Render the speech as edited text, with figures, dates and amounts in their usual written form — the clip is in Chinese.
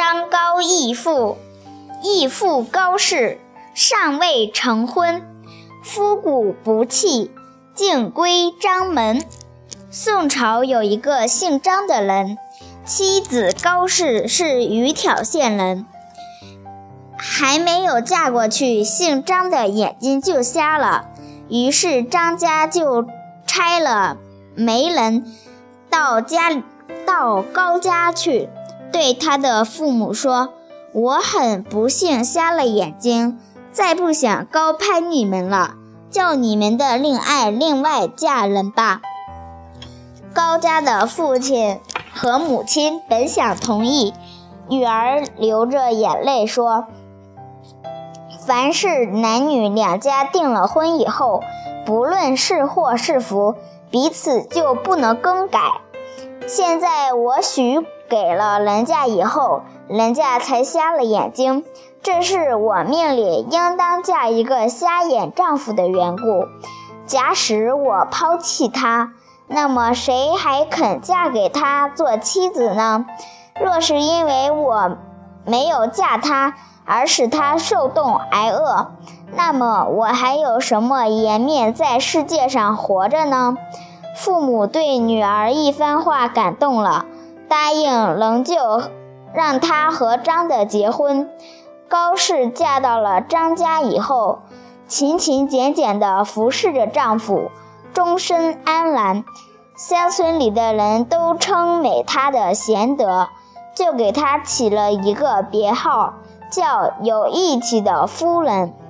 张高义父，义父高氏，尚未成婚，夫古不弃，竟归张门。宋朝有一个姓张的人，妻子高氏是余条县人，还没有嫁过去，姓张的眼睛就瞎了，于是张家就差了媒人到高家去，对他的父母说，我很不幸瞎了眼睛，再不想高攀你们了，叫你们的令爱另外嫁人吧。高家的父亲和母亲本想同意，女儿流着眼泪说，凡是男女两家订了婚以后，不论是祸是福，彼此就不能更改。现在我许给了人家以后，人家才瞎了眼睛，这是我命里应当嫁一个瞎眼丈夫的缘故。假使我抛弃他，那么谁还肯嫁给他做妻子呢？若是因为我没有嫁他而使他受冻挨饿，那么我还有什么颜面在世界上活着呢？父母对女儿一番话感动了，答应仍旧让她和张的结婚。高氏嫁到了张家以后，勤勤俭俭地服侍着丈夫，终身安然。乡村里的人都称美她的贤德，就给她起了一个别号，叫有义气的夫人。